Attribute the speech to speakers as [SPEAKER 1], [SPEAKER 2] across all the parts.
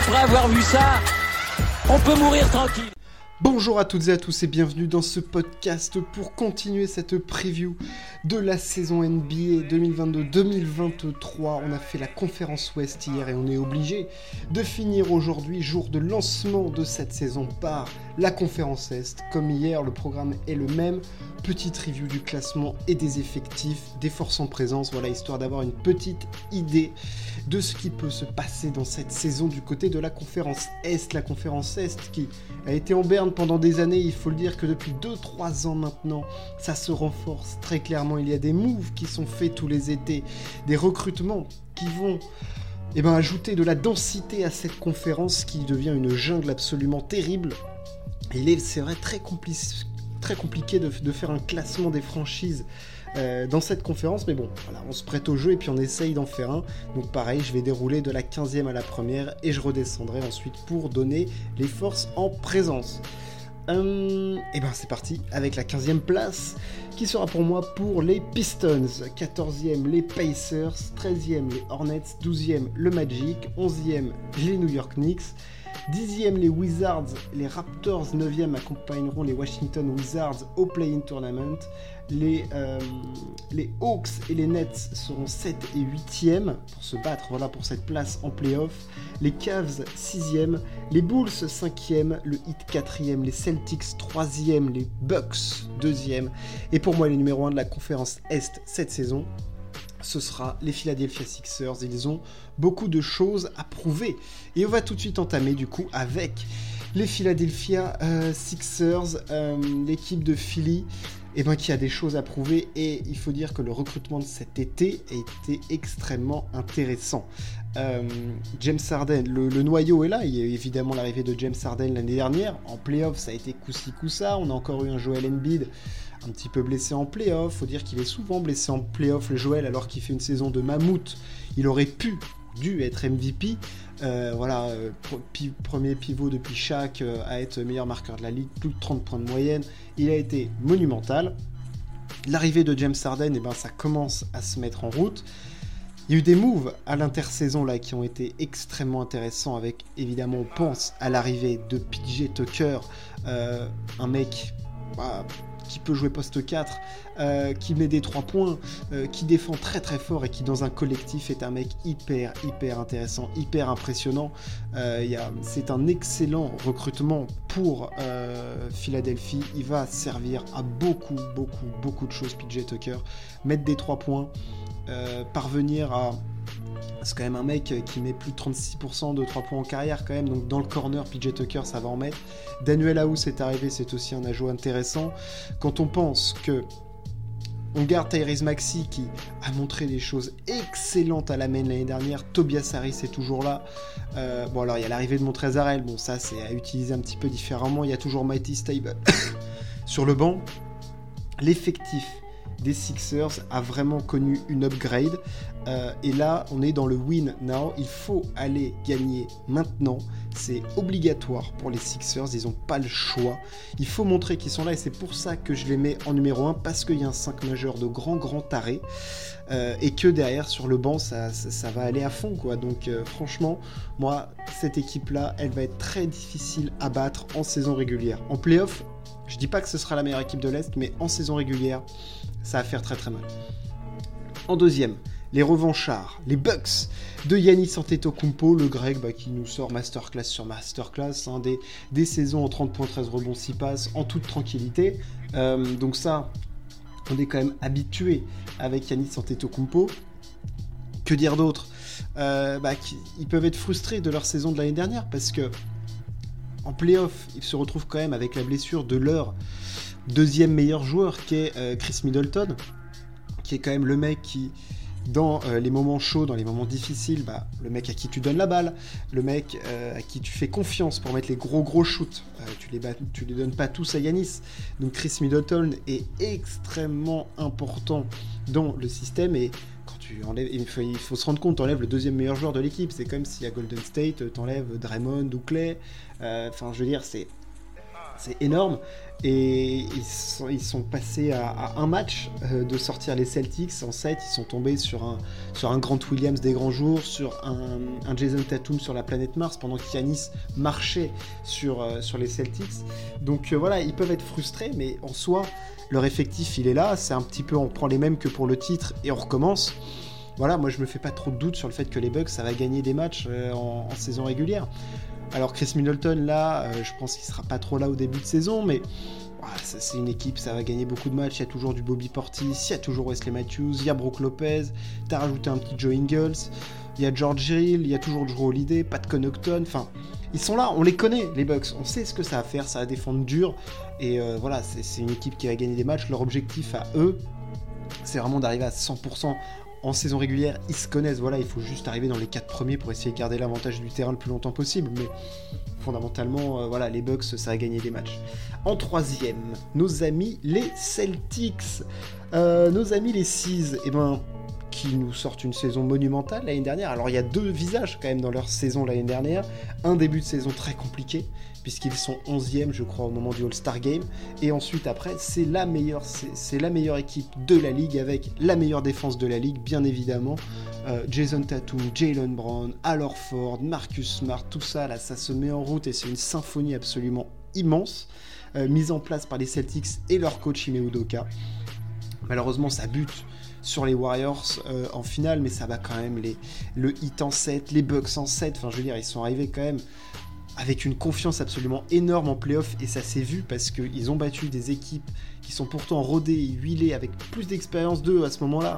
[SPEAKER 1] après avoir vu ça, on peut mourir tranquille.
[SPEAKER 2] Bonjour à toutes et à tous et bienvenue dans ce podcast pour continuer cette preview de la saison NBA 2022-2023. On a fait la conférence Ouest hier et on est obligé de finir aujourd'hui, jour de lancement de cette saison, par la conférence Est. Comme hier, le programme est le même. Petite review du classement et des effectifs, des forces en présence, voilà, histoire d'avoir une petite idée de ce qui peut se passer dans cette saison du côté de la conférence Est. La conférence Est qui a été en berne pendant des années, il faut le dire que depuis 2-3 ans maintenant, ça se renforce très clairement. Il y a des moves qui sont faits tous les étés, des recrutements qui vont ajouter de la densité à cette conférence qui devient une jungle absolument terrible. C'est vrai, très compliqué de faire un classement des franchises dans cette conférence, mais bon, voilà, on se prête au jeu et puis on essaye d'en faire un. Donc pareil, je vais dérouler de la 15e à la première et je redescendrai ensuite pour donner les forces en présence. C'est parti avec la 15e place qui sera pour moi pour les Pistons, 14e les Pacers, 13e les Hornets, 12e le Magic, 11e les New York Knicks, 10e les Wizards, les Raptors 9e accompagneront les Washington Wizards au Play-in Tournament, les Hawks et les Nets seront 7 et 8e pour se battre pour cette place en play-off, les Cavs 6e, les Bulls 5e, le Heat 4e, les Celtics 3e, les Bucks 2e, et pour moi les numéros 1 de la conférence Est cette saison, ce sera les Philadelphia Sixers. Ils ont beaucoup de choses à prouver. Et on va tout de suite entamer du coup avec les Philadelphia Sixers, l'équipe de Philly, qui a des choses à prouver. Et il faut dire que le recrutement de cet été a été extrêmement intéressant. James Harden, le noyau est là. Il y a eu évidemment l'arrivée de James Harden l'année dernière. En play-off, ça a été coup-ci, coup-ça. On a encore eu un Joel Embiid un petit peu blessé en play-off. Faut dire qu'il est souvent blessé en play-off, le Joel, alors qu'il fait une saison de mammouth. Il aurait dû être MVP. Premier pivot depuis Shaq à être meilleur marqueur de la ligue, plus de 30 points de moyenne. Il a été monumental. L'arrivée de James Harden, ça commence à se mettre en route. Il y a eu des moves à l'intersaison là qui ont été extrêmement intéressants, avec évidemment on pense à l'arrivée de PJ Tucker, un mec qui peut jouer poste 4, qui met des 3 points, qui défend très très fort et qui dans un collectif est un mec hyper intéressant, hyper impressionnant. C'est un excellent recrutement pour Philadelphie. Il va servir à beaucoup de choses, PJ Tucker. Mettre des 3 points, parvenir à... C'est quand même un mec qui met plus de 36% de 3 points en carrière quand même, donc dans le corner, PJ Tucker, ça va en mettre. Daniel House est arrivé, c'est aussi un ajout intéressant. Quand on pense que on garde Tyrese Maxey qui a montré des choses excellentes à la main l'année dernière, Tobias Harris est toujours là. Alors il y a l'arrivée de Montrezl Harrell, ça c'est à utiliser un petit peu différemment. Il y a toujours Matisse Thybulle sur le banc. L'effectif des Sixers a vraiment connu une upgrade, et là on est dans le win now. Il faut aller gagner maintenant, c'est obligatoire pour les Sixers, ils n'ont pas le choix, il faut montrer qu'ils sont là, et c'est pour ça que je les mets en numéro 1, parce qu'il y a un 5 majeur de grand taré, et que derrière sur le banc ça va aller à fond quoi. Donc franchement, moi cette équipe là, elle va être très difficile à battre en saison régulière. En playoff, je dis pas que ce sera la meilleure équipe de l'Est, mais en saison régulière ça va faire très mal. En deuxième, les revanchards, les Bucks de Giannis Antetokounmpo, le grec qui nous sort masterclass sur masterclass, des saisons en 30 points, 13 rebonds, 6 passes, en toute tranquillité. Donc ça, on est quand même habitué avec Giannis Antetokounmpo. Que dire d'autre ? Ils peuvent être frustrés de leur saison de l'année dernière, parce que en play-off, ils se retrouvent quand même avec la blessure de leur deuxième meilleur joueur, qui est Chris Middleton, qui est quand même le mec qui, dans les moments chauds, dans les moments difficiles, le mec à qui tu donnes la balle, le mec à qui tu fais confiance pour mettre les gros shoots, tu les donnes pas tous à Giannis. Donc Chris Middleton est extrêmement important dans le système, et quand tu enlèves, il faut se rendre compte, t'enlèves le deuxième meilleur joueur de l'équipe. C'est comme si à Golden State t'enlèves Draymond ou Clay. Je veux dire, C'est énorme. Et ils sont passés à un match de sortir les Celtics. En 7, ils sont tombés sur un Grant Williams des grands jours, sur un Jason Tatum sur la planète Mars, pendant qu'Giannis marchait sur les Celtics. Donc voilà, ils peuvent être frustrés, mais en soi, leur effectif, il est là. C'est un petit peu, on prend les mêmes que pour le titre et on recommence. Voilà, moi je me fais pas trop de doute sur le fait que les Bucks, ça va gagner des matchs en saison régulière. Alors Chris Middleton, là, je pense qu'il sera pas trop là au début de saison, mais voilà, c'est une équipe, ça va gagner beaucoup de matchs. Il y a toujours du Bobby Portis, il y a toujours Wesley Matthews, il y a Brook Lopez, t'as rajouté un petit Joe Ingles, il y a George Hill, il y a toujours Jrue Holiday, Pat Connaughton, enfin, ils sont là, on les connaît, les Bucks, on sait ce que ça va faire, ça va défendre dur, et voilà, c'est une équipe qui va gagner des matchs. Leur objectif à eux, c'est vraiment d'arriver à 100%. En saison régulière, ils se connaissent, voilà, il faut juste arriver dans les 4 premiers pour essayer de garder l'avantage du terrain le plus longtemps possible, mais fondamentalement, voilà, les Bucks, ça a gagné des matchs. En 3e, nos amis les Celtics. Nos amis les Seas, qui nous sortent une saison monumentale l'année dernière. Alors il y a 2 visages quand même dans leur saison l'année dernière. Un début de saison très compliqué, puisqu'ils sont 11e, je crois, au moment du All-Star Game. Et ensuite, après, c'est la meilleure équipe de la Ligue, avec la meilleure défense de la Ligue, bien évidemment. Jason Tatum, Jaylen Brown, Al Horford, Marcus Smart, tout ça, là, ça se met en route et c'est une symphonie absolument immense, mise en place par les Celtics et leur coach Ime Udoka. Malheureusement, ça bute sur les Warriors en finale, mais ça va quand même, le Heat en 7, les Bucks en 7, enfin je veux dire, ils sont arrivés quand même avec une confiance absolument énorme en play-off, et ça s'est vu parce qu'ils ont battu des équipes qui sont pourtant rodées et huilées avec plus d'expérience d'eux à ce moment-là.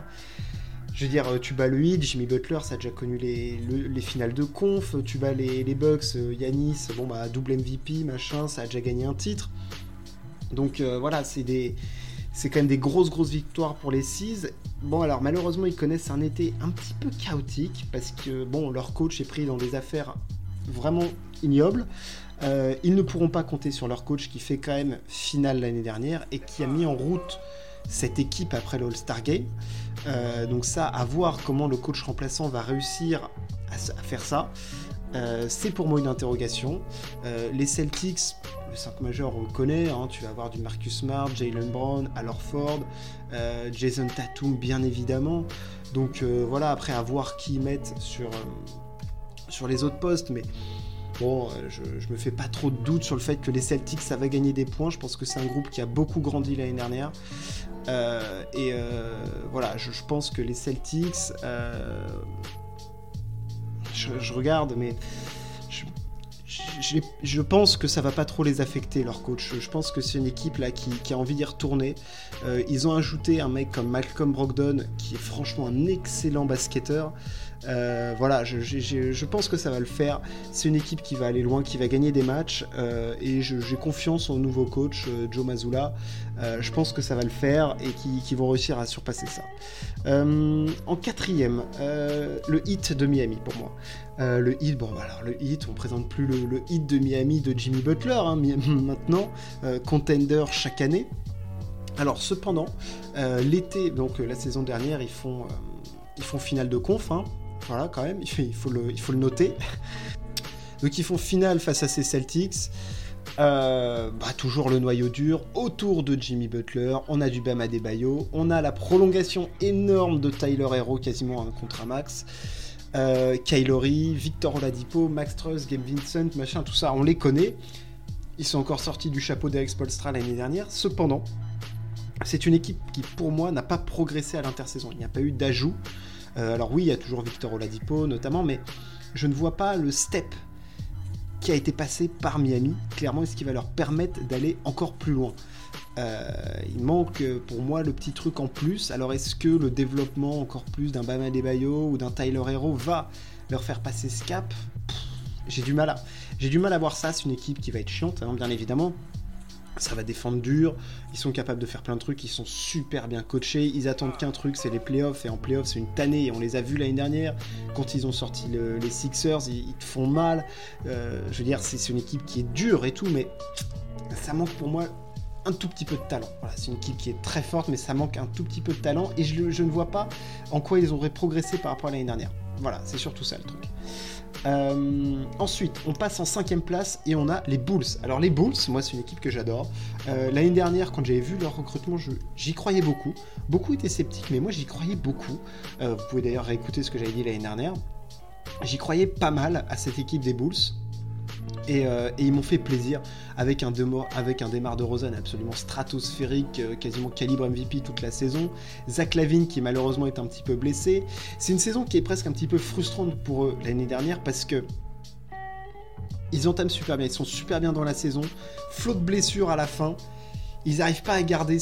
[SPEAKER 2] Je veux dire, tu bats le Heat, Jimmy Butler, ça a déjà connu les finales de conf, tu bats les Bucks, Giannis, double MVP, machin, ça a déjà gagné un titre. Donc voilà, c'est quand même des grosses victoires pour les Seas. Bon, alors malheureusement, ils connaissent un été un petit peu chaotique, parce que leur coach est pris dans des affaires vraiment ignobles. Ils ne pourront pas compter sur leur coach qui fait quand même finale l'année dernière et qui a mis en route cette équipe après le All-Star Game. Donc ça, à voir comment le coach remplaçant va réussir à faire ça. C'est pour moi une interrogation. Les Celtics, le 5 majeur, on le connaît, hein, tu vas avoir du Marcus Smart, Jaylen Brown, Al Horford, Jason Tatum bien évidemment. Donc voilà, après à voir qui ils mettent sur les autres postes, mais bon, je me fais pas trop de doute sur le fait que les Celtics, ça va gagner des points. Je pense que c'est un groupe qui a beaucoup grandi l'année dernière. Voilà, je pense que les Celtics, je regarde, mais je pense que ça va pas trop les affecter, leur coach. Je pense que c'est une équipe là qui a envie d'y retourner. Ils ont ajouté un mec comme Malcolm Brogdon, qui est franchement un excellent basketteur. Voilà, je pense que ça va le faire. C'est une équipe qui va aller loin, qui va gagner des matchs, et j'ai confiance au nouveau coach Joe Mazzulla. Je pense que ça va le faire et qu'ils vont réussir à surpasser ça. En 4e, le Heat de Miami pour moi. Le Heat, le Heat, on présente plus le Heat de Miami de Jimmy Butler, hein, maintenant, contender chaque année. Alors cependant, l'été, donc la saison dernière, ils font finale de conf, hein. Voilà, quand même, il faut le noter. Donc ils font finale face à ces Celtics. Toujours le noyau dur autour de Jimmy Butler. On a du Bam Adebayo, on a la prolongation énorme de Tyler Herro, quasiment un contrat max. Kyle Lowry, Victor Oladipo, Max Strus, Gabe Vincent, machin, tout ça, on les connaît. Ils sont encore sortis du chapeau d'Eric Spoelstra l'année dernière. Cependant, c'est une équipe qui, pour moi, n'a pas progressé à l'intersaison. Il n'y a pas eu d'ajout. Alors oui, il y a toujours Victor Oladipo, notamment, mais je ne vois pas le step qui a été passé par Miami. Clairement, est-ce qu'il va leur permettre d'aller encore plus loin ? Il manque, pour moi, le petit truc en plus. Alors, est-ce que le développement encore plus d'un Bam Adebayo ou d'un Tyler Herro va leur faire passer ce cap ? J'ai du mal à voir ça. C'est une équipe qui va être chiante, hein, bien évidemment. Ça va défendre dur, ils sont capables de faire plein de trucs, ils sont super bien coachés, ils attendent qu'un truc, c'est les playoffs, et en playoffs c'est une tannée, et on les a vus l'année dernière, quand ils ont sorti les Sixers, ils te font mal, je veux dire, c'est une équipe qui est dure et tout, mais ça manque pour moi un tout petit peu de talent. Voilà, c'est une équipe qui est très forte, mais ça manque un tout petit peu de talent, et je ne vois pas en quoi ils auraient progressé par rapport à l'année dernière. Voilà, c'est surtout ça le truc. Ensuite, on passe en 5ème place et on a les Bulls. Alors les Bulls, moi c'est une équipe que j'adore. L'année dernière, quand j'avais vu leur recrutement, j'y croyais beaucoup. Beaucoup étaient sceptiques, mais moi j'y croyais beaucoup. Vous pouvez d'ailleurs réécouter ce que j'avais dit l'année dernière. J'y croyais pas mal à cette équipe des Bulls. Et ils m'ont fait plaisir avec un DeMar DeRozan absolument stratosphérique, quasiment calibre MVP toute la saison. Zach LaVine qui malheureusement est un petit peu blessé. C'est une saison qui est presque un petit peu frustrante pour eux l'année dernière parce que ils entament super bien, ils sont super bien dans la saison. Flot de blessures à la fin. Ils n'arrivent pas à garder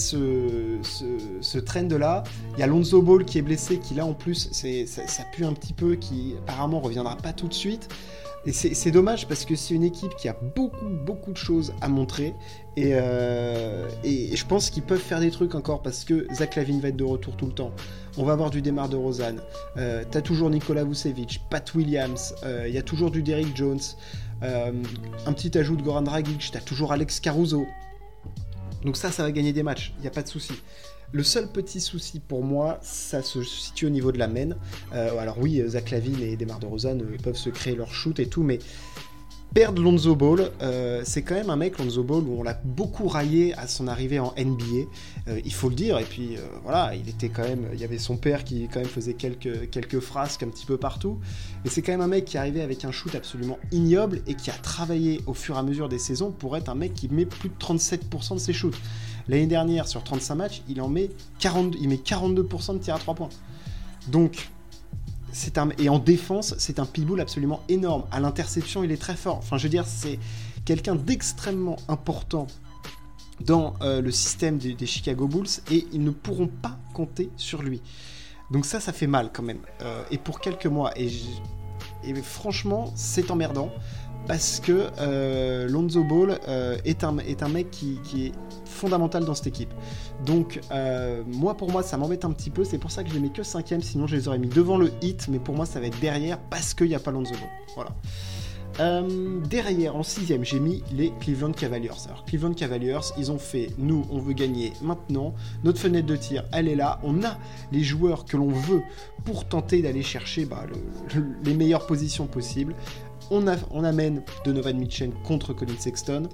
[SPEAKER 2] ce trend-là. Il y a Lonzo Ball qui est blessé, qui là en plus, ça pue un petit peu, qui apparemment reviendra pas tout de suite. Et c'est dommage parce que c'est une équipe qui a beaucoup de choses à montrer et je pense qu'ils peuvent faire des trucs encore parce que Zach LaVine va être de retour tout le temps. On va avoir du DeMar DeRozan, t'as toujours Nikola Vucevic, Pat Williams, il y a toujours du Derrick Jones, un petit ajout de Goran Dragic, t'as toujours Alex Caruso. Donc ça va gagner des matchs, il n'y a pas de souci. Le seul petit souci pour moi, ça se situe au niveau de la main. Alors oui, Zach LaVine et DeMar DeRozan peuvent se créer leur shoot et tout, mais perdre Lonzo Ball, c'est quand même un mec, Lonzo Ball, où on l'a beaucoup raillé à son arrivée en NBA, il faut le dire, et puis voilà, il y avait son père qui quand même faisait quelques frasques un petit peu partout, mais c'est quand même un mec qui est arrivé avec un shoot absolument ignoble et qui a travaillé au fur et à mesure des saisons pour être un mec qui met plus de 37% de ses shoots. L'année dernière, sur 35 matchs, il met 42% de tirs à 3 points. Donc, et en défense, c'est un pitbull absolument énorme. À l'interception, il est très fort. Enfin, je veux dire, c'est quelqu'un d'extrêmement important dans le système des Chicago Bulls et ils ne pourront pas compter sur lui. Donc ça fait mal quand même. Et pour quelques mois. Et franchement, c'est emmerdant. Parce que Lonzo Ball est un mec qui est fondamental dans cette équipe. Donc pour moi ça m'embête un petit peu, c'est pour ça que je les mets que 5ème, sinon je les aurais mis devant le Heat, mais pour moi ça va être derrière parce qu'il n'y a pas Lonzo Ball. Voilà. Derrière, en 6ème, j'ai mis les Cleveland Cavaliers. Alors Cleveland Cavaliers, ils ont fait, nous on veut gagner maintenant, notre fenêtre de tir elle est là, on a les joueurs que l'on veut pour tenter d'aller chercher les meilleures positions possibles. On amène Donovan Mitchell contre Colin Sexton.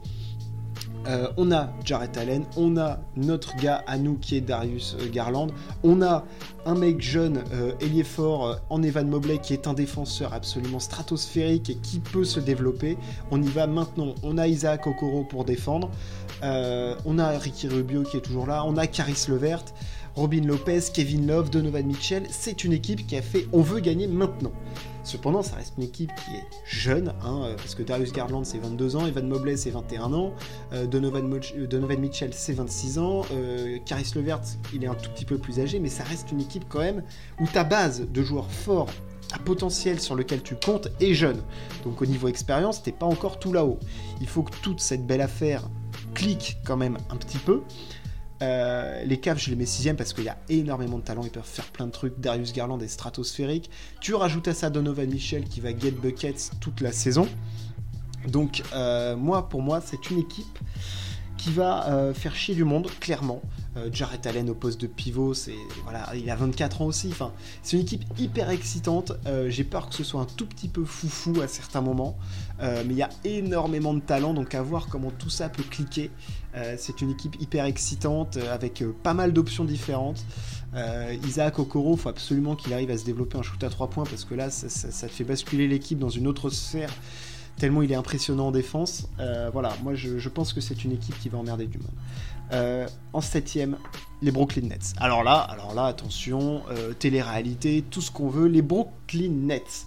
[SPEAKER 2] On a Jarrett Allen, on a notre gars à nous qui est Darius Garland, on a un mec jeune, ailier fort, en Evan Mobley qui est un défenseur absolument stratosphérique et qui peut se développer. On y va maintenant, on a Isaac Okoro pour défendre, on a Ricky Rubio qui est toujours là, on a Caris LeVert, Robin Lopez, Kevin Love, Donovan Mitchell. C'est une équipe qui a fait on veut gagner maintenant. Cependant, ça reste une équipe qui est jeune, parce que Darius Garland c'est 22 ans, Evan Mobley c'est 21 ans, Donovan Mitchell c'est 26 ans, Caris LeVert il est un tout petit peu plus âgé, mais ça reste une équipe quand même où ta base de joueurs forts à potentiel sur lequel tu comptes est jeune. Donc au niveau expérience, t'es pas encore tout là-haut. Il faut que toute cette belle affaire clique quand même un petit peu. Les Cavs, je les mets 6ème parce qu'il y a énormément de talent, ils peuvent faire plein de trucs. Darius Garland est stratosphérique. Tu rajoutes à ça Donovan Mitchell qui va get buckets toute la saison. Donc pour moi, c'est une équipe qui va faire chier du monde, clairement. Jarrett Allen au poste de pivot, il a 24 ans aussi. Enfin, c'est une équipe hyper excitante. J'ai peur que ce soit un tout petit peu foufou à certains moments, mais il y a énormément de talent, donc à voir comment tout ça peut cliquer. C'est une équipe hyper excitante avec pas mal d'options différentes. Isaac Okoro, il faut absolument qu'il arrive à se développer un shoot à 3 points parce que là, ça te fait basculer l'équipe dans une autre sphère. Tellement il est impressionnant en défense. Moi je pense que c'est une équipe qui va emmerder du monde. En 7ème, les Brooklyn Nets. Alors là, attention, télé-réalité, tout ce qu'on veut, les Brooklyn Nets.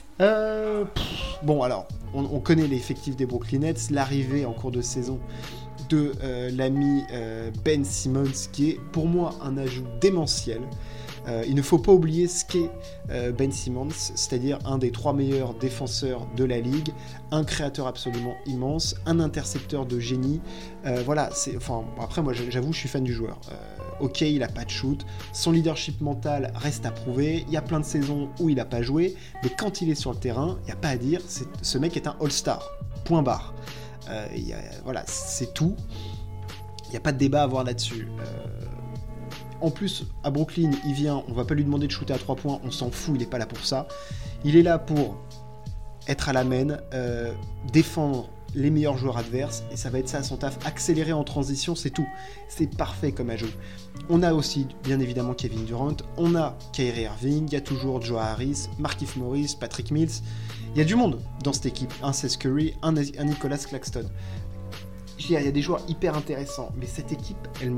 [SPEAKER 2] On connaît l'effectif des Brooklyn Nets, l'arrivée en cours de saison de l'ami Ben Simmons, qui est pour moi un ajout démentiel. Il ne faut pas oublier ce qu'est Ben Simmons, c'est-à-dire un des 3 meilleurs défenseurs de la ligue, un créateur absolument immense, un intercepteur de génie. Après moi j'avoue je suis fan du joueur. Ok, il a pas de shoot, son leadership mental reste à prouver, il y a plein de saisons où il a pas joué, mais quand il est sur le terrain, il n'y a pas à dire, ce mec est un all-star, point barre. C'est tout, il n'y a pas de débat à avoir là-dessus. En plus, à Brooklyn, il vient, on va pas lui demander de shooter à 3 points, on s'en fout, il est pas là pour ça. Il est là pour être à la main, défendre les meilleurs joueurs adverses, et ça va être ça son taf, accélérer en transition, c'est tout. C'est parfait comme ajout. On a aussi, bien évidemment, Kevin Durant, on a Kyrie Irving, il y a toujours Joe Harris, Markieff Morris, Patrick Mills, il y a du monde dans cette équipe, un Seth Curry, un Nicolas Claxton. Je veux dire, il y a des joueurs hyper intéressants, mais cette équipe,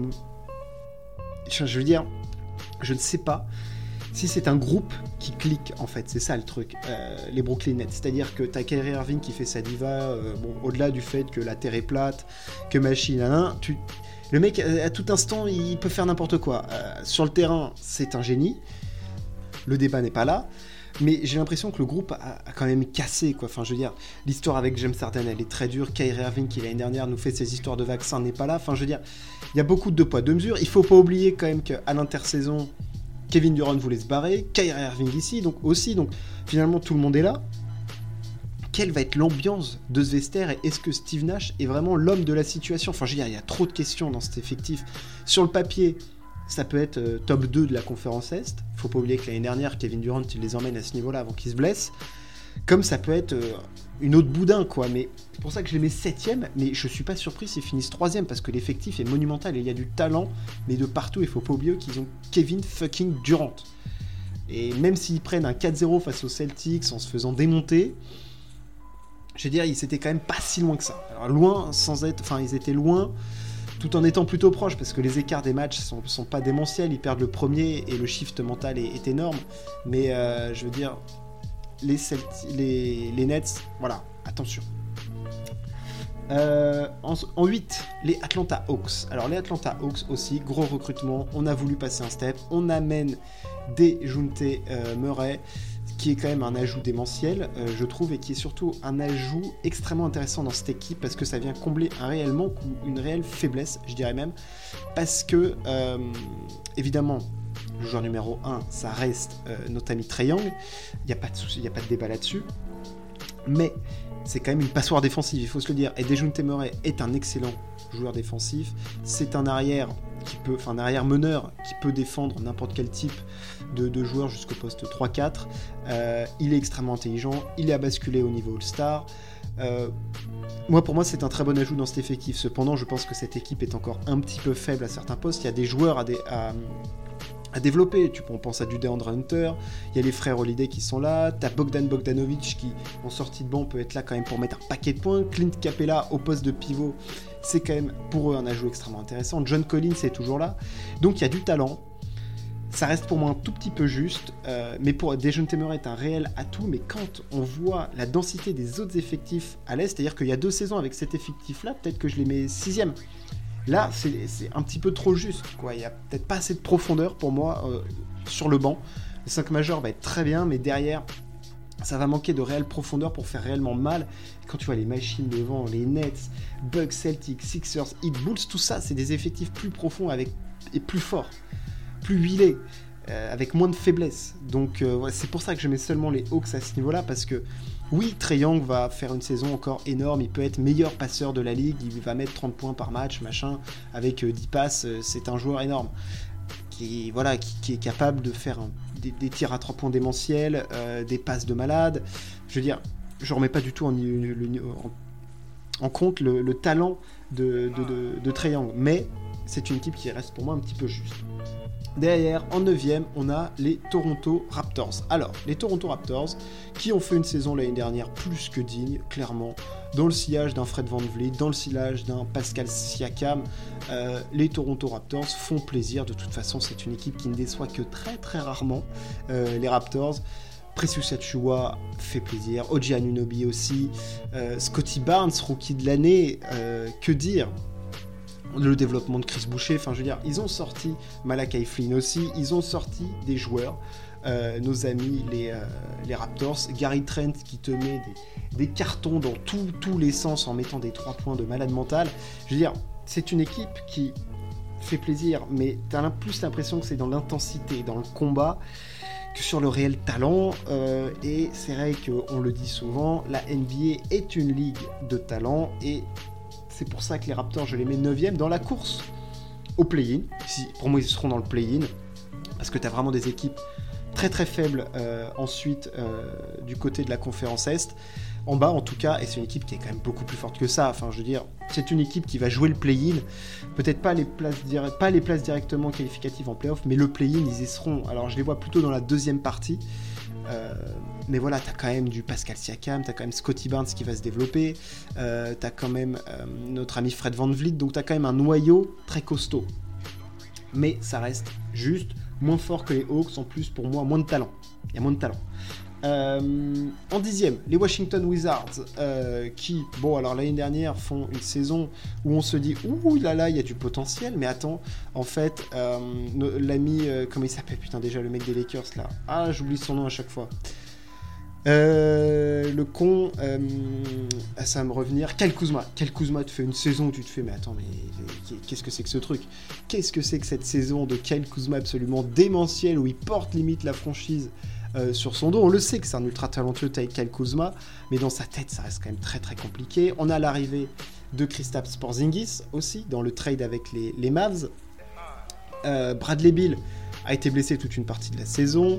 [SPEAKER 2] je veux dire, je ne sais pas si c'est un groupe qui clique, en fait, c'est ça le truc, les Brooklyn Nets. C'est-à-dire que t'as Kyrie Irving qui fait sa diva, au-delà du fait que la terre est plate, que machine, le mec, à tout instant, il peut faire n'importe quoi. Sur le terrain, c'est un génie, le débat n'est pas là, mais j'ai l'impression que le groupe a quand même cassé, quoi. Enfin, je veux dire, l'histoire avec James Harden, elle est très dure. Kyrie Irving, qui l'année dernière nous fait ses histoires de vaccins, n'est pas là. Enfin, je veux dire, il y a beaucoup de deux poids, deux mesures. Il faut pas oublier quand même qu'à l'intersaison, Kevin Durant voulait se barrer, Kyrie Irving ici, donc finalement tout le monde est là. Quelle va être l'ambiance de ce vestiaire, et est-ce que Steve Nash est vraiment l'homme de la situation? Enfin, je veux dire, il y a trop de questions dans cet effectif. Sur le papier, ça peut être top 2 de la conférence Est. Faut pas oublier que l'année dernière, Kevin Durant, il les emmène à ce niveau-là avant qu'il se blesse. Comme ça peut être une autre boudin, quoi. Mais c'est pour ça que je les mets 7ème, mais je suis pas surpris s'ils finissent 3ème, parce que l'effectif est monumental et il y a du talent, mais de partout. Il faut pas oublier qu'ils ont Kevin fucking Durant. Et même s'ils prennent un 4-0 face aux Celtics en se faisant démonter, je veux dire, ils étaient quand même pas si loin que ça. Alors loin, ils étaient loin, tout en étant plutôt proches, parce que les écarts des matchs sont pas démentiels. Ils perdent le premier et le shift mental est énorme. Mais je veux dire, les Nets, voilà, attention. En 8, les Atlanta Hawks. Alors les Atlanta Hawks aussi, gros recrutement, on a voulu passer un step, on amène Dejounte Murray, qui est quand même un ajout démentiel, je trouve, et qui est surtout un ajout extrêmement intéressant dans cette équipe, parce que ça vient combler un réel manque ou une réelle faiblesse, je dirais même, parce que, évidemment, le joueur numéro 1, ça reste notre ami Trae Young, il n'y a pas de souci, il n'y a pas de débat là-dessus, mais c'est quand même une passoire défensive, il faut se le dire, et Dejounte Murray est un excellent joueur défensif, c'est un arrière meneur qui peut défendre n'importe quel type de joueur jusqu'au poste 3-4, il est extrêmement intelligent, il est à basculer au niveau All-Star, pour moi c'est un très bon ajout dans cet effectif. Cependant, je pense que cette équipe est encore un petit peu faible à certains postes, il y a des joueurs à développer, on pense à du DeAndre Hunter, il y a les frères Holiday qui sont là, t'as Bogdan Bogdanovic qui en sortie de banc peut être là quand même pour mettre un paquet de points, Clint Capella au poste de pivot, c'est quand même pour eux un ajout extrêmement intéressant, John Collins est toujours là, donc il y a du talent, ça reste pour moi un tout petit peu juste, mais pour Dejounte Murray est un réel atout, mais quand on voit la densité des autres effectifs à l'Est, c'est-à-dire qu'il y a 2 saisons avec cet effectif-là, peut-être que je les mets 6ème. Là, c'est un petit peu trop juste, quoi. Il n'y a peut-être pas assez de profondeur pour moi sur le banc. Le 5 majeur va être très bien, mais derrière, ça va manquer de réelle profondeur pour faire réellement mal. Et quand tu vois les machines devant, les Nets, Bucks, Celtics, Sixers, Heat, Bulls, tout ça, c'est des effectifs plus profonds et plus forts, plus huilés, avec moins de faiblesse. Donc c'est pour ça que je mets seulement les Hawks à ce niveau-là, parce que oui, Trae Young va faire une saison encore énorme, il peut être meilleur passeur de la ligue, il va mettre 30 points par match, machin, avec 10 passes, c'est un joueur énorme, qui est capable de faire des tirs à 3 points démentiels, des passes de malade. Je veux dire, je remets pas du tout en compte le talent de Trae Young, mais c'est une équipe qui reste pour moi un petit peu juste. Derrière, en 9ème, on a les Toronto Raptors. Alors, les Toronto Raptors, qui ont fait une saison l'année dernière plus que digne, clairement, dans le sillage d'un Fred VanVleet, dans le sillage d'un Pascal Siakam, les Toronto Raptors font plaisir. De toute façon, c'est une équipe qui ne déçoit que très très rarement, les Raptors. Precious Achiuwa fait plaisir, OG Anunoby aussi, Scottie Barnes, rookie de l'année, que dire ? Le développement de Chris Boucher, enfin je veux dire, ils ont sorti Malachi Flynn aussi, ils ont sorti des joueurs, nos amis les Raptors, Gary Trent qui te met des cartons dans tous les sens en mettant des 3 points de malade mental. Je veux dire, c'est une équipe qui fait plaisir, mais t'as plus l'impression que c'est dans l'intensité, dans le combat, que sur le réel talent, et c'est vrai qu'on le dit souvent, la NBA est une ligue de talent, et c'est pour ça que les Raptors, je les mets 9ème dans la course au play-in. Pour moi, ils seront dans le play-in, parce que tu as vraiment des équipes très très faible ensuite du côté de la conférence Est. En bas en tout cas, et c'est une équipe qui est quand même beaucoup plus forte que ça, enfin je veux dire, c'est une équipe qui va jouer le play-in, peut-être pas les places directement qualificatives en play-off, mais le play-in ils y seront, alors je les vois plutôt dans la deuxième partie, mais voilà, t'as quand même du Pascal Siakam, t'as quand même Scottie Barnes qui va se développer, t'as quand même notre ami Fred VanVleet, donc t'as quand même un noyau très costaud, mais ça reste juste moins fort que les Hawks, en plus pour moi moins de talent, il y a moins de talent. En 10e, les Washington Wizards qui, bon alors l'année dernière font une saison où on se dit ouh là là il y a du potentiel, mais attends, en fait l'ami, comment il s'appelle putain déjà le mec des Lakers là, ah j'oublie son nom à chaque fois, le con, ça va me revenir, Kyle Kuzma te fait une saison où tu te fais mais attends mais qu'est-ce que c'est que ce truc, qu'est-ce que c'est que cette saison de Kyle Kuzma absolument démentielle où il porte limite la franchise sur son dos. On le sait que c'est un ultra talentueux Kyle Kuzma, mais dans sa tête ça reste quand même très très compliqué. On a l'arrivée de Kristaps Porzingis aussi dans le trade avec les Mavs. Bradley Beal a été blessé toute une partie de la saison.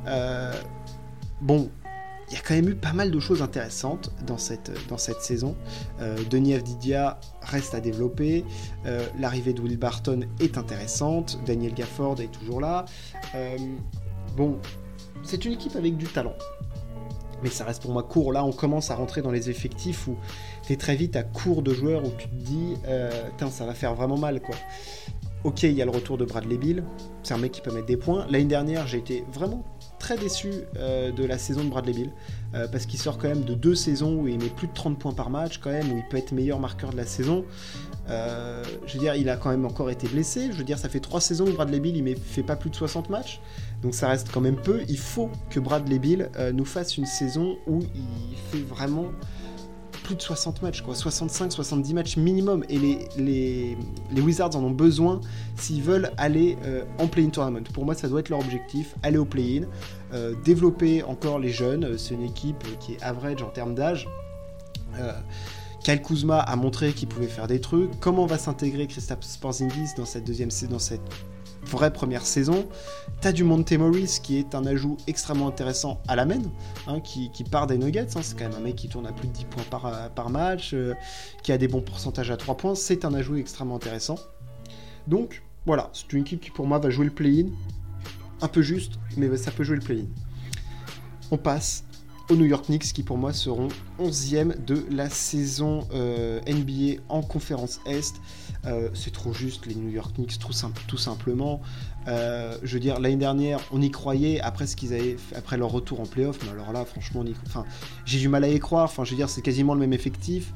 [SPEAKER 2] Bon, il y a quand même eu pas mal de choses intéressantes dans cette saison. Denis Avdija reste à développer. L'arrivée de Will Barton est intéressante. Daniel Gafford est toujours là. Bon, c'est une équipe avec du talent. Mais ça reste pour moi court. Là, on commence à rentrer dans les effectifs où t'es très vite à court de joueurs, où tu te dis ça va faire vraiment mal, quoi. Ok, il y a le retour de Bradley Beal. C'est un mec qui peut mettre des points. L'année dernière, j'ai été vraiment très déçu de la saison de Bradley Beal. Parce qu'il sort quand même de 2 saisons où il met plus de 30 points par match, quand même, où il peut être meilleur marqueur de la saison. Je veux dire, il a quand même encore été blessé. Je veux dire, ça fait 3 saisons que Bradley Beal il fait pas plus de 60 matchs. Donc ça reste quand même peu. Il faut que Bradley Beal nous fasse une saison où il fait vraiment plus de 60 matchs, quoi. 65-70 matchs minimum. Et les Wizards en ont besoin s'ils veulent aller en play-in tournament. Pour moi, ça doit être leur objectif, aller au play-in, développer encore les jeunes. C'est une équipe qui est average en termes d'âge. Kyle Kuzma a montré qu'il pouvait faire des trucs. Comment va s'intégrer Kristaps Porzingis dans cette vraie première saison? T'as du Monte Morris qui est un ajout extrêmement intéressant à la main, qui part des Nuggets, c'est quand même un mec qui tourne à plus de 10 points par match, qui a des bons pourcentages à 3 points, c'est un ajout extrêmement intéressant. Donc voilà, c'est une équipe qui pour moi va jouer le play-in, un peu juste, mais ça peut jouer le play-in. On passe aux New York Knicks qui pour moi seront 11e de la saison NBA en conférence Est. C'est trop juste les New York Knicks tout simplement. Je veux dire, l'année dernière on y croyait après ce qu'ils avaient fait, après leur retour en playoff, mais alors là franchement j'ai du mal à y croire. Enfin je veux dire, c'est quasiment le même effectif.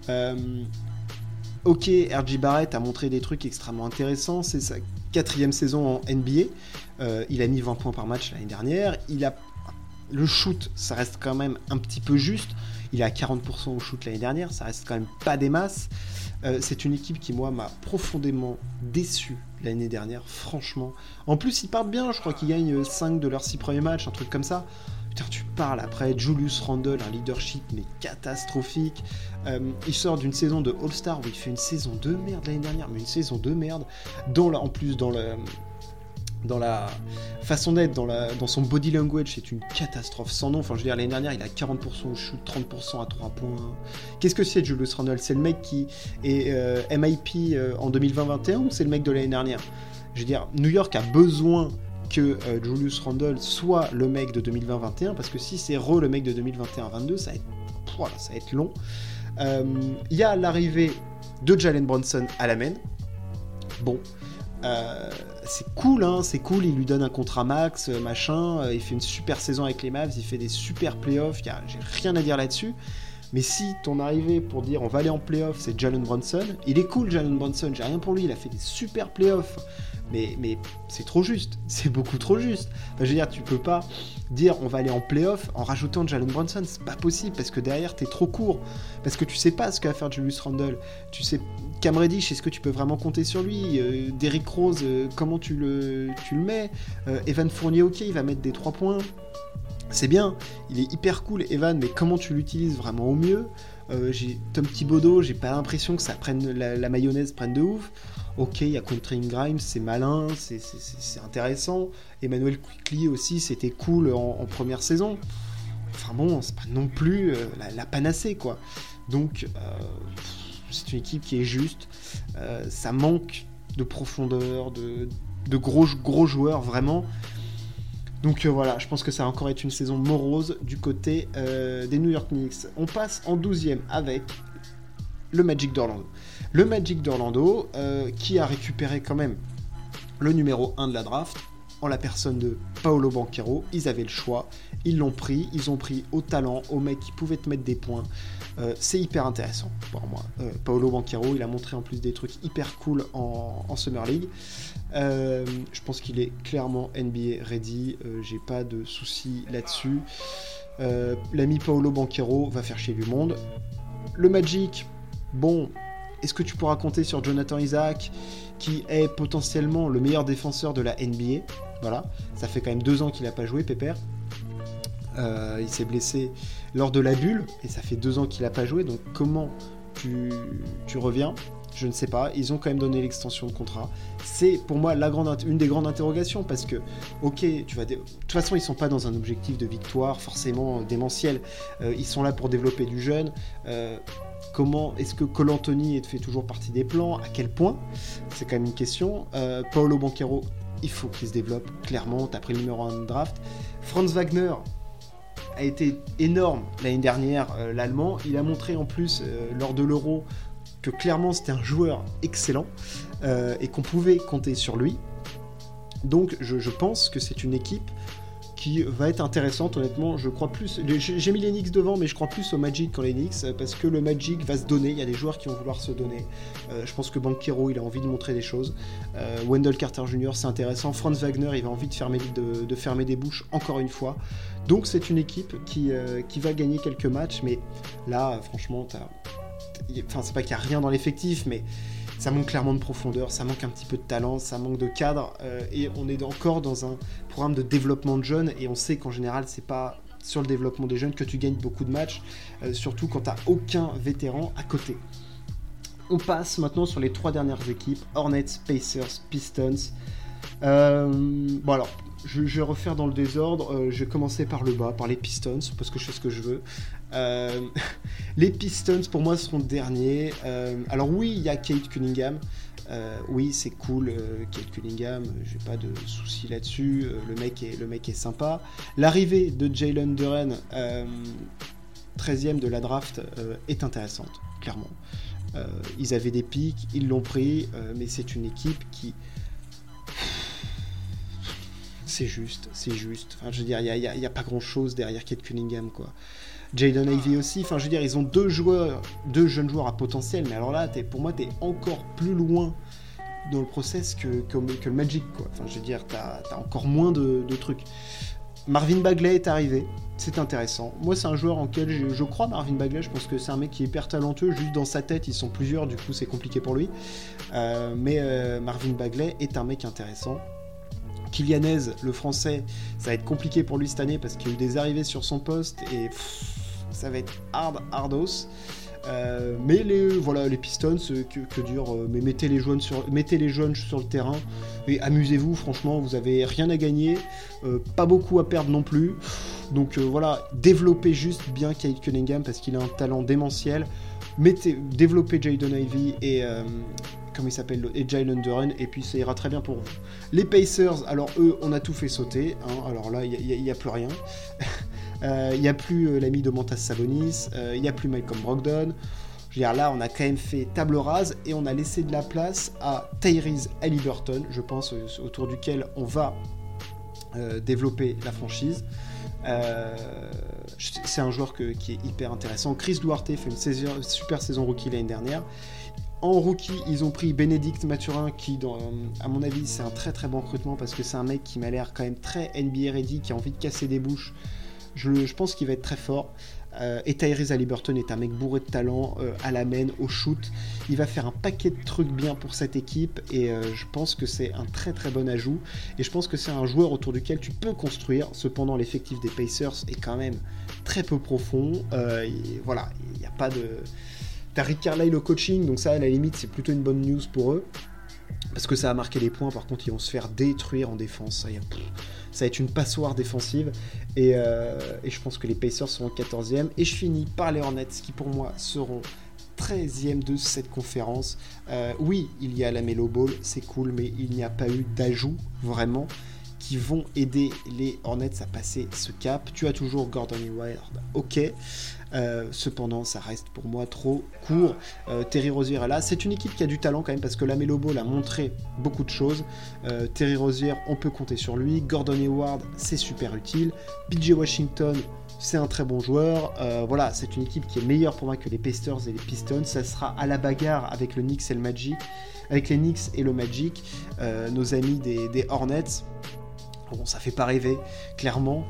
[SPEAKER 2] Ok, R.J. Barrett a montré des trucs extrêmement intéressants, c'est sa 4e saison en NBA. Il a mis 20 points par match l'année dernière. Le shoot, ça reste quand même un petit peu juste. Il est à 40% au shoot l'année dernière, ça reste quand même pas des masses. C'est une équipe qui, moi, m'a profondément déçu l'année dernière, franchement. En plus, ils partent bien, je crois qu'ils gagnent 5 de leurs 6 premiers matchs, un truc comme ça. Putain, tu parles après, Julius Randle, un leadership mais catastrophique. Il sort d'une saison de All-Star où il fait une saison de merde l'année dernière, mais une saison de merde. En plus, dans la façon d'être, dans son body language, c'est une catastrophe sans nom. Enfin, je veux dire, l'année dernière, il a 40% au shoot, 30% à 3 points. Qu'est-ce que c'est, Julius Randle? C'est le mec qui est MIP en 2020-21 ou c'est le mec de l'année dernière? Je veux dire, New York a besoin que Julius Randle soit le mec de 2020-21, parce que si c'est le mec de 2021-22, ça va être long. Il y a l'arrivée de Jalen Brunson à la main. Bon... c'est cool, il lui donne un contrat max, machin, il fait une super saison avec les Mavs, il fait des super playoffs, j'ai rien à dire là-dessus, mais si ton arrivée pour dire on va aller en playoffs, c'est Jalen Brunson, il est cool Jalen Brunson, j'ai rien pour lui, il a fait des super playoffs, mais c'est trop juste, c'est beaucoup trop juste. Enfin, je veux dire, tu peux pas dire on va aller en playoff en rajoutant Jalen Brunson, c'est pas possible, parce que derrière t'es trop court, parce que tu sais pas ce qu'a faire Julius Randle, tu sais, Cam Reddish, est-ce que tu peux vraiment compter sur lui, Derrick Rose, comment tu le mets, Evan Fournier, ok, il va mettre des 3 points, c'est bien, il est hyper cool Evan, mais comment tu l'utilises vraiment au mieux? J'ai Tom Thibodeau, j'ai pas l'impression que ça prenne la mayonnaise prenne de ouf. Ok, il y a Quentin Grimes, c'est malin, c'est intéressant. Emmanuel Quickley aussi, c'était cool en première saison. Enfin bon, c'est pas non plus la panacée, quoi. Donc, c'est une équipe qui est juste. Ça manque de profondeur, de gros joueurs, vraiment. Donc voilà, je pense que ça va encore être une saison morose du côté des New York Knicks. On passe en 12e avec le Magic d'Orlando. Le Magic d'Orlando qui a récupéré quand même le numéro 1 de la draft en la personne de Paolo Banchero. Ils avaient le choix, ils l'ont pris, ils ont pris au talent, au mec qui pouvait te mettre des points. C'est hyper intéressant pour moi. Paolo Banchero, il a montré en plus des trucs hyper cool en Summer League. Je pense qu'il est clairement NBA ready, j'ai pas de soucis là-dessus. L'ami Paolo Banchero va faire chier du monde. Le Magic, bon, est-ce que tu pourras compter sur Jonathan Isaac, qui est potentiellement le meilleur défenseur de la NBA? Voilà, ça fait quand même 2 ans qu'il n'a pas joué, Pépère. Il s'est blessé lors de la bulle, et ça fait 2 ans qu'il n'a pas joué, donc comment tu reviens? Je ne sais pas, ils ont quand même donné l'extension de contrat. C'est pour moi une des grandes interrogations, parce que, ok, de toute façon, ils ne sont pas dans un objectif de victoire forcément démentiel. Ils sont là pour développer du jeune. Comment est-ce que Cole Anthony fait toujours partie des plans? À quel point? C'est quand même une question. Paolo Banchero, il faut qu'il se développe, clairement. Tu as pris le numéro 1 de draft. Franz Wagner a été énorme l'année dernière, l'Allemand. Il a montré en plus, lors de l'Euro, que clairement c'était un joueur excellent et qu'on pouvait compter sur lui. Donc je pense que c'est une équipe qui va être intéressante, honnêtement. Je crois plus, j'ai mis les Knicks devant, mais je crois plus au Magic qu'en les Knicks, parce que le Magic va se donner, il y a des joueurs qui vont vouloir se donner. Je pense que Banchero, il a envie de montrer des choses. Wendell Carter Jr., c'est intéressant. Franz Wagner, il va envie de fermer des bouches encore une fois. Donc c'est une équipe qui va gagner quelques matchs, mais là, franchement, c'est pas qu'il n'y a rien dans l'effectif, mais ça manque clairement de profondeur, ça manque un petit peu de talent, ça manque de cadre, et on est encore dans un programme de développement de jeunes, et on sait qu'en général, c'est pas sur le développement des jeunes que tu gagnes beaucoup de matchs, surtout quand t'as aucun vétéran à côté. On passe maintenant sur les 3 dernières équipes, Hornets, Pacers, Pistons. Bon alors, je vais refaire dans le désordre, je vais commencer par le bas, par les Pistons, parce que je fais ce que je veux. Les Pistons, pour moi, seront derniers. Alors oui, il y a Kate Cunningham. Oui, c'est cool, Kate Cunningham, j'ai pas de soucis là-dessus. Le mec est sympa. L'arrivée de Jalen Duren, 13e de la draft, est intéressante, clairement. Ils avaient des pics, ils l'ont pris, mais c'est une équipe qui... C'est juste. Enfin, je veux dire, il y a pas grand-chose derrière Kate Cunningham, quoi. Jaden Ivey aussi, enfin, je veux dire, ils ont 2 jeunes joueurs à potentiel, mais alors là, pour moi, t'es encore plus loin dans le process que le Magic, quoi. Enfin, je veux dire, t'as encore moins de trucs. Marvin Bagley est arrivé, c'est intéressant. Moi, c'est un joueur en lequel je crois, Marvin Bagley. Je pense que c'est un mec qui est hyper talentueux. Juste dans sa tête, ils sont plusieurs, du coup, c'est compliqué pour lui. Mais Marvin Bagley est un mec intéressant. Kylianez, le français, ça va être compliqué pour lui cette année parce qu'il y a eu des arrivées sur son poste et ça va être hardos. Mais les Pistons, que dire, mais mettez les jeunes sur le terrain et amusez-vous, franchement, vous avez rien à gagner, pas beaucoup à perdre non plus. Donc voilà, développez juste bien Kate Cunningham parce qu'il a un talent démentiel. Développez Jaden Ivey et comment il s'appelle, et Jalen Duren, et puis ça ira très bien pour vous. Les Pacers, alors eux, on a tout fait sauter, hein, alors là, il n'y a plus rien. Il n'y a plus l'ami de Domantas Sabonis, il n'y a plus Malcolm Brogdon. Je veux dire, là, on a quand même fait table rase, et on a laissé de la place à Tyrese Haliburton, je pense, autour duquel on va développer la franchise. C'est un joueur qui est hyper intéressant. Chris Duarte fait une super saison rookie l'année dernière. En rookie, ils ont pris Bénédicte Mathurin qui, à mon avis, c'est un très très bon recrutement parce que c'est un mec qui m'a l'air quand même très NBA ready, qui a envie de casser des bouches. Je pense qu'il va être très fort. Et Tyrese Haliburton est un mec bourré de talent, à la main, au shoot. Il va faire un paquet de trucs bien pour cette équipe et je pense que c'est un très très bon ajout. Et je pense que c'est un joueur autour duquel tu peux construire. Cependant, l'effectif des Pacers est quand même très peu profond. Voilà, il n'y a pas de... T'as Rick Carlisle au coaching, donc ça, à la limite, c'est plutôt une bonne news pour eux. parce que ça a marqué les points. Par contre, ils vont se faire détruire en défense. Ça va être une passoire défensive. Et je pense que les Pacers seront 14e. Et je finis par les Hornets, qui pour moi seront 13e de cette conférence. Oui, il y a la Melo Ball, c'est cool, mais il n'y a pas eu d'ajout vraiment qui vont aider les Hornets à passer ce cap. Tu as toujours Gordon Hayward, ok. Cependant, ça reste pour moi trop court. Terry Rozier est là. C'est une équipe qui a du talent quand même, parce que la Melo Ball a montré beaucoup de choses. Terry Rozier, on peut compter sur lui. Gordon Hayward, c'est super utile. PJ Washington, c'est un très bon joueur. Voilà, c'est une équipe qui est meilleure pour moi que les Pacers et les Pistons. Ça sera à la bagarre avec le Knicks et le Magic. Avec les Knicks et le Magic, nos amis des Hornets. Bon, ça fait pas rêver, clairement.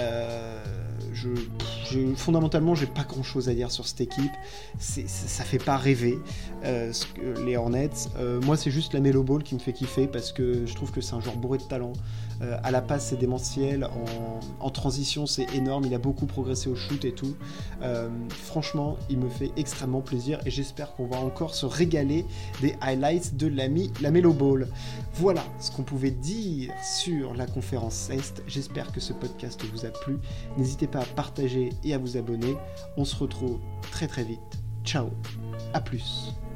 [SPEAKER 2] Fondamentalement, j'ai pas grand chose à dire sur cette équipe. Ça fait pas rêver, les Hornets. Moi, c'est juste la Melo Ball qui me fait kiffer, parce que je trouve que c'est un joueur bourré de talent. À la passe, c'est démentiel. En transition, c'est énorme. Il a beaucoup progressé au shoot et tout. Franchement, il me fait extrêmement plaisir, et j'espère qu'on va encore se régaler des highlights de la Melo Ball. Voilà ce qu'on pouvait dire sur la conférence Est. J'espère que ce podcast vous a plu. N'hésitez pas à partager et à vous abonner. On se retrouve très très vite. Ciao, à plus.